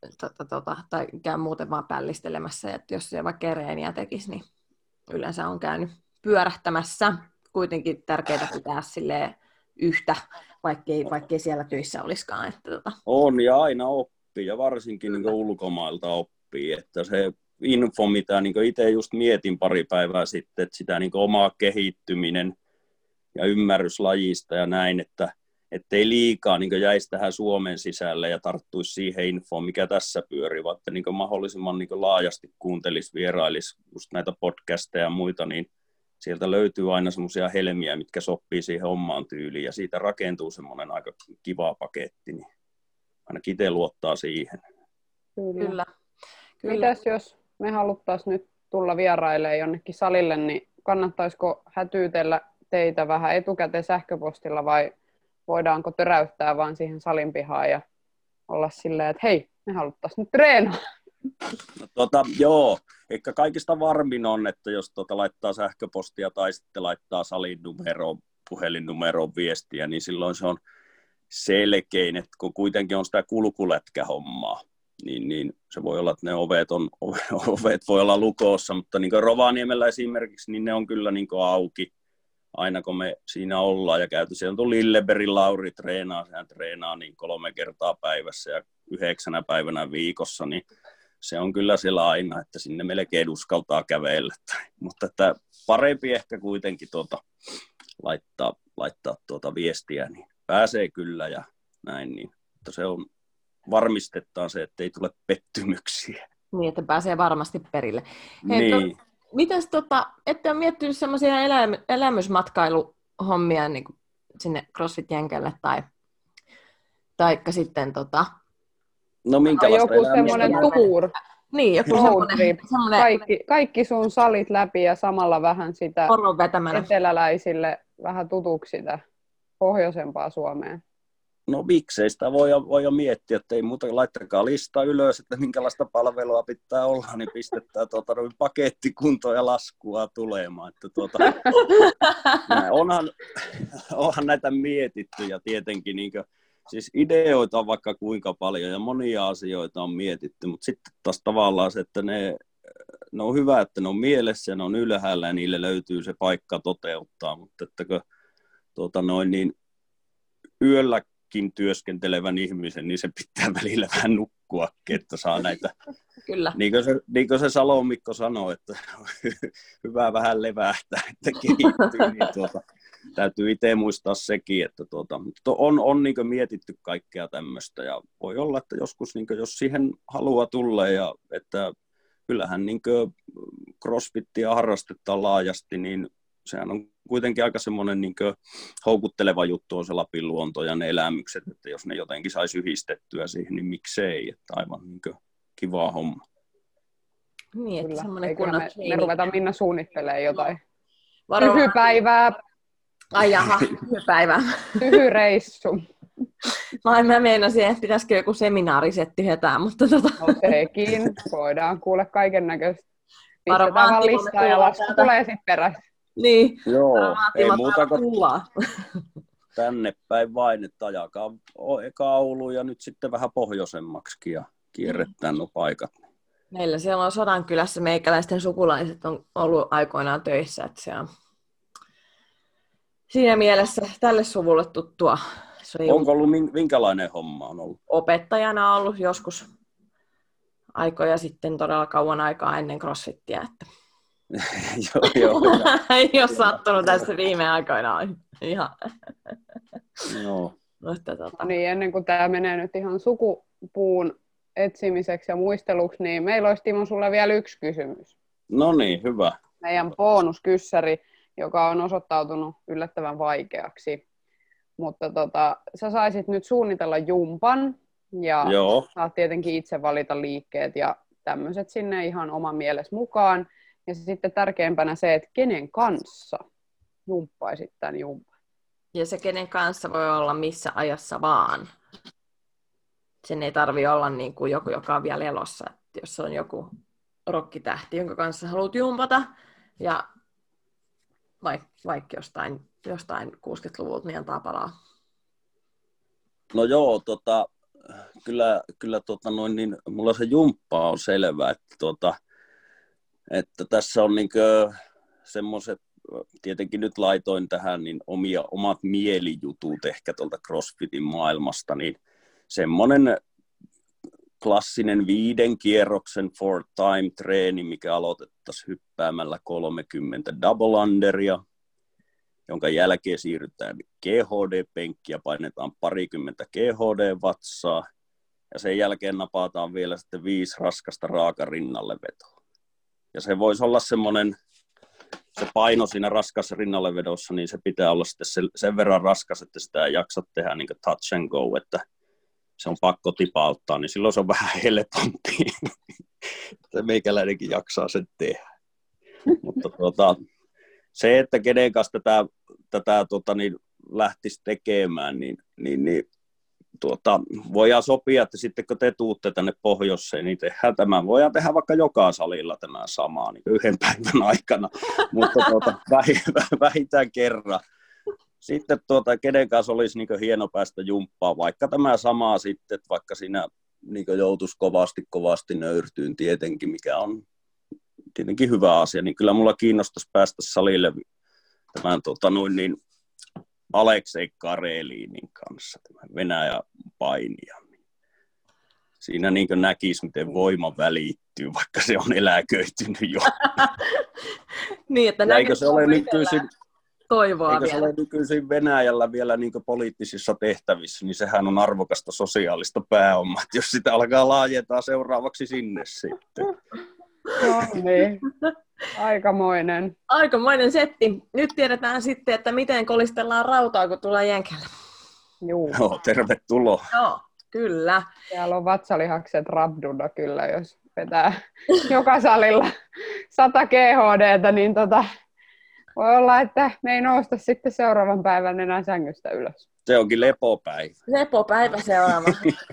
Tai käyn muuten vaan pällistelemässä, että jos se vaikka reeniä tekisi, niin yleensä on käynyt pyörähtämässä. Kuitenkin tärkeää pitää silleen yhtä, vaikkei siellä töissä olisikaan. Että On, ja aina oppii, ja varsinkin niin ulkomailta oppii, että se info, mitä niin itse just mietin pari päivää sitten, että sitä niin omaa kehittyminen ja ymmärrys lajista ja näin, että ei liikaa niin jäisi tähän Suomen sisälle ja tarttuisi siihen infoon, mikä tässä pyörii, vaan että niin mahdollisimman niin laajasti kuuntelisi, vierailisi just näitä podcasteja ja muita, niin sieltä löytyy aina semmoisia helmiä, mitkä sopii siihen omaan tyyliin, ja siitä rakentuu semmoinen aika kiva paketti, niin ainakin itse luottaa siihen. Kyllä. Mitäs jos me haluttaisiin nyt tulla vierailemaan jonnekin salille, niin kannattaisiko hätyytellä teitä vähän etukäteen sähköpostilla, vai voidaanko töräyttää vaan siihen salin pihaan ja olla silleen, että hei, me haluttaisiin nyt treenaa? No, joo, eikä kaikista varmin on, että jos laittaa sähköpostia tai sitten laittaa salin numeroon, puhelinnumeroon viestiä, niin silloin se on selkein, että kun kuitenkin on sitä kulkulätkähommaa, niin se voi olla, että ne ovet voi olla lukossa, mutta niin kuin Rovaniemellä esimerkiksi, niin ne on kyllä niin kuin auki aina kun me siinä ollaan ja käyty. Siellä on tuo Lillebergin Lauri sehän treenaa niin 3 kertaa päivässä ja 9 päivänä viikossa, niin se on kyllä siellä aina, että sinne melkein uskaltaa kävellä. Mutta että parempi ehkä kuitenkin laittaa viestiä, niin pääsee kyllä ja näin, niin mutta se on varmistetaan se, että ei tule pettymyksiä. Niin, että pääsee varmasti perille. Hei, niin. Mitäs ette ole miettinyt semmoisia elämysmatkailuhommia niin kuin sinne CrossFit-jenkeille taikka sitten No minkälaista joku semmoinen tour. Niin, joku semmoinen kaikki sun salit läpi ja samalla vähän sitä eteläläisille vähän tutuksi sitä pohjoisempaa Suomeen. No miksei sitä voi jo miettiä, että ei muuta, laittakaa lista ylös, että minkälaista palvelua pitää olla, niin pistetään pakettikuntoon ja laskua tulemaan. Että onhan näitä mietitty ja tietenkin siis ideoita on vaikka kuinka paljon ja monia asioita on mietitty, mutta sitten taas tavallaan se, että ne on hyvä, että ne on mielessä ja ne on ylhäällä ja niille löytyy se paikka toteuttaa, mutta ettäkö niin yölläkin työskentelevän ihmisen, niin se pitää välillä vähän nukkua, että saa näitä. Kyllä. Niin kuin se Salomikko sanoi, että hyvä vähän levähtää, että kehittyy, niin täytyy itse muistaa sekin, että on niin mietitty kaikkea tämmöistä ja voi olla, että joskus niin jos siihen haluaa tulla ja että kyllähän niin CrossFitia harrastetaan laajasti, niin sehän on kuitenkin aika semmoinen niin houkutteleva juttu on se Lapin luonto ja ne elämykset, että jos ne jotenkin saisi yhdistettyä siihen, niin miksei, että aivan niin kivaa homma. Niin, että semmoinen me ruvetaan Minna suunnittelemaan jotain tyhypäivää. Ai jaha, tyhypäivää. Tyhyreissu. Mä meinasin, että pitäisikö joku seminaarisetti hetään, mutta No sekin, voidaan kuulla kaiken näköistä. Pistetään vaan listaa ja lasku tulee sitten perässä. Niin, joo, ei muuta kuin tänne päin vain, että ajakaa eka Ouluun ja nyt sitten vähän pohjoisemmaksikin ja kierretään nuo paikat. Meillä siellä on Sodankylässä meikäläisten sukulaiset on ollut aikoinaan töissä, että siinä mielessä tälle suvulle tuttua. Se oli Onko ollut minkälainen homma on ollut? opettajana ollut joskus aikoja sitten todella kauan aikaa ennen CrossFittiä. Että joo. ei ole sattunut tässä viime aikoina. Ihan. Joo. Niin, ennen kuin tämä menee nyt ihan sukupuun etsimiseksi ja muisteluksi, niin meillä olisi Timo sulle vielä yksi kysymys. No niin, hyvä. Meidän bonuskyssäri, joka on osoittautunut yllättävän vaikeaksi. Mutta sä saisit nyt suunnitella jumpan ja Joo. saat tietenkin itse valita liikkeet ja tämmöiset sinne ihan oman mieles mukaan. Ja sitten tärkeimpänä se, että kenen kanssa jumppaisit tämän jumpan. Ja se kenen kanssa voi olla missä ajassa vaan. Sen ei tarvitse olla niin kuin joku, joka on vielä elossa. Että jos on joku rokkitähti, jonka kanssa haluat jumpata, ja vaikka jostain 60-luvulta, niin antaa palaa. No joo, kyllä niin, mulla se jumppa on selvä, että tässä on niinkö semmoiset, tietenkin nyt laitoin tähän niin omat mielijutut ehkä tuolta CrossFitin maailmasta, niin semmoinen klassinen 5 kierroksen 4-time treeni, mikä aloitettaisiin hyppäämällä 30 double underia, jonka jälkeen siirrytään GHD-penkkiä, painetaan 20 GHD-vatsaa, ja sen jälkeen napataan vielä sitten 5 raskasta raakarinnalle vetoa. Ja se voisi olla semmoinen, se paino siinä raskassa rinnallevedossa, niin se pitää olla sitten sen verran raskas, että sitä ei jaksa tehdä niin kuin touch and go, että se on pakko tipauttaa, niin silloin se on vähän helpompi. Meikäläinenkin jaksaa sen tehdä. Mutta se, että kenen kanssa tätä niin lähtisi tekemään, niin voidaan sopia, että sitten kun te tuutte tänne pohjoiseen, niin tehdään tämä. Voidaan tehdä vaikka joka salilla tämä sama niin yhden päivän aikana, mutta vähintään kerran. Sitten kenen kanssa olisi niin hieno päästä jumppaa, vaikka tämä sama sitten, että vaikka siinä niin joutuisi kovasti nöyrtyyn tietenkin, mikä on tietenkin hyvä asia, niin kyllä mulla kiinnostaisi päästä salille tämän Aleksei Karelinin kanssa, tämän Venäjän painija. Siinä niin näkisi, miten voima välittyy, vaikka se on eläköitynyt jo. Niin, että eikö se ole nykyisin toivoa eikö vielä. se ole nykyisin Venäjällä vielä niin poliittisissa tehtävissä, niin sehän on arvokasta sosiaalista pääomaa, jos sitä alkaa laajentaa seuraavaksi sinne sitten. No niin, aikamoinen. Aikamoinen setti. Nyt tiedetään sitten, että miten kolistellaan rautaa, kun tulee Jenkelle. Joo, tervetuloa. Joo, kyllä. Siellä on vatsalihakset rabduna kyllä, jos vetää joka salilla 100 GHD:tä, niin voi olla, että me ei nousta sitten seuraavan päivän enää sängystä ylös. Se onkin lepopäivä. Lepopäivä seuraava.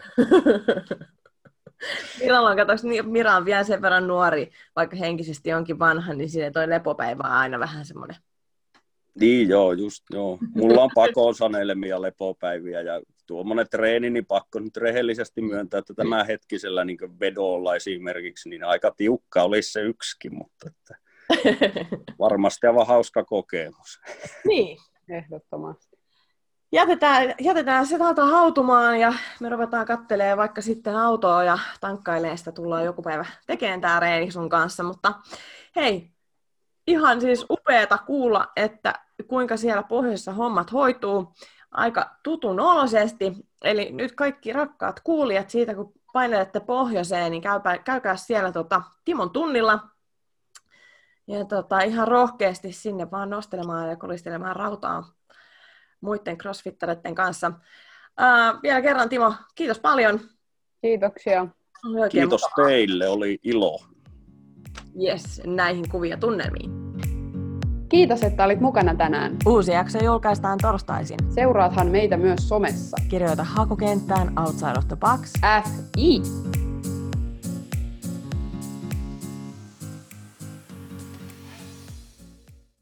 Mira on vielä sen verran nuori, vaikka henkisesti onkin vanha, niin siinä toi lepopäivä on aina vähän semmoinen. Niin joo, just joo. Mulla on pakoon sanelemia lepopäiviä ja tuommoinen treeni, niin pakko nyt rehellisesti myöntää, että tämä hetkisellä niin vedolla esimerkiksi, niin aika tiukka olisi se yksikin, mutta että varmasti aivan hauska kokemus. Niin. Ehdottomasti. Jätetään se täältä hautumaan ja me ruvetaan katselemaan vaikka sitten autoa ja tankkailemaan sitä, tullaan joku päivä tekemään tää reeni sun kanssa, mutta hei, ihan siis upeata kuulla, että kuinka siellä pohjoisessa hommat hoituu aika tutun oloisesti, eli nyt kaikki rakkaat kuulijat siitä, kun painelette pohjoiseen, niin käykää siellä Timon tunnilla ja ihan rohkeasti sinne vaan nostelemaan ja kolistelemaan rautaa muiden crossfittareiden kanssa. Vielä kerran, Timo, kiitos paljon. Kiitoksia. Kiitos teille, oli ilo. Yes, näihin kuvia tunnelmiin. Kiitos, että olit mukana tänään. Uusi jakso julkaistaan torstaisin. Seuraathan meitä myös somessa. Kirjoita hakukenttään Outside of the Box FI.